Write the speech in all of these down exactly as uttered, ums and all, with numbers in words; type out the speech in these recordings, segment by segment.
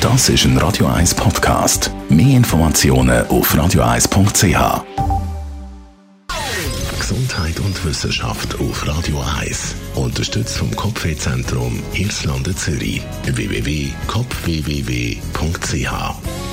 Das ist ein Radio eins Podcast. Mehr Informationen auf radio eins punkt c h. Gesundheit und Wissenschaft auf Radio eins. Unterstützt vom Kopfwehzentrum Irlande Zürich. w w w punkt kopf w w w punkt c h.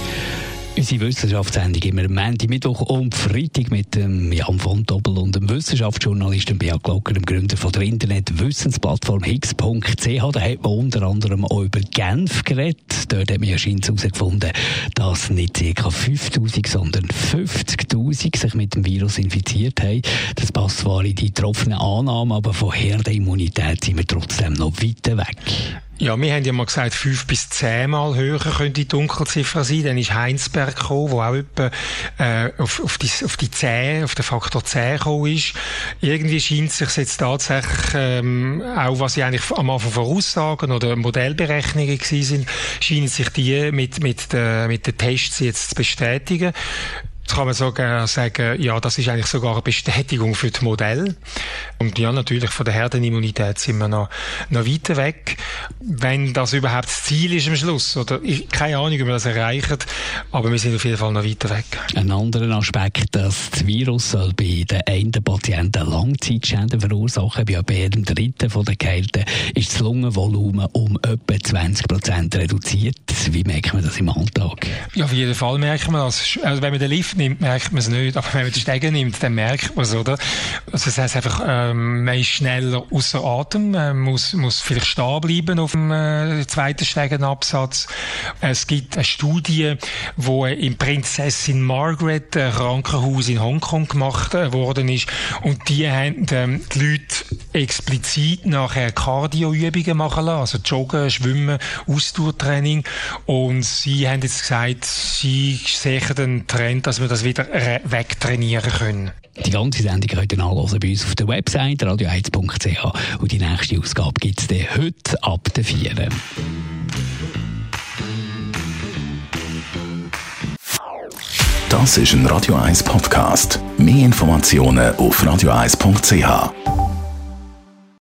Unsere Wissenschaftssendung immer am Montag, Mittwoch und Freitag mit dem Jan von Doppel und dem Wissenschaftsjournalisten Beat Glocker, dem Gründer von der Internet-Wissensplattform Higgs punkt c h. Da hat man unter anderem auch über Genf geredet. Dort hat man ja scheinbar herausgefunden, dass nicht ca. fünftausend, sondern fünfzigtausend sich mit dem Virus infiziert haben. Das passt zwar in die getroffenen Annahmen, aber von Herdenimmunität sind wir trotzdem noch weit weg. Ja, wir haben ja mal gesagt, fünf bis zehnmal höher könnte die Dunkelziffer sein. Dann ist Heinsberg gekommen, wo auch etwa äh, auf, auf, die, auf die zehn, auf den Faktor zehn gekommen ist. Irgendwie scheint es sich jetzt tatsächlich, ähm, auch was ich eigentlich am Anfang Voraussagen oder Modellberechnungen gewesen sind, scheinen sich die mit, mit, de, mit den Tests jetzt zu bestätigen. Jetzt kann man sogar sagen, ja, das ist eigentlich sogar eine Bestätigung für das Modell. Und ja, natürlich von der Herdenimmunität sind wir noch, noch weiter weg. Wenn das überhaupt das Ziel ist am Schluss, oder ich, keine Ahnung, ob wir das erreichen, aber wir sind auf jeden Fall noch weiter weg. Ein anderer Aspekt, dass das Virus soll bei den einen Patienten Langzeitschäden verursachen. Bei jedem dritten von den Geheilten ist das Lungenvolumen um etwa zwanzig Prozent reduziert. Wie merkt man das im Alltag? Ja, auf jeden Fall merkt man das. Also wenn man den Lift nimmt, merkt man es nicht, aber wenn man den Steiger nimmt, dann merkt man es, oder? Also das heisst einfach, ähm, man ist schneller außer Atem, man muss, muss vielleicht stehen bleiben auf dem äh, zweiten Steigenabsatz. Es gibt eine Studie, wo im Prinzessin Margaret äh, Krankenhaus in Hongkong gemacht äh, worden ist, und die haben ähm, die Leute explizit nachher Cardio-Übungen machen lassen, also Joggen, Schwimmen, Ausdauertraining, und sie haben jetzt gesagt, sie sehen den Trend, dass wir das wieder wegtrainieren können. Die ganze Sendung könnt ihr nachhören bei uns auf der Website radio eins punkt c h, und die nächste Ausgabe gibt es dann heute ab der vier. Das ist ein Radio eins Podcast. Mehr Informationen auf radio eins punkt c h.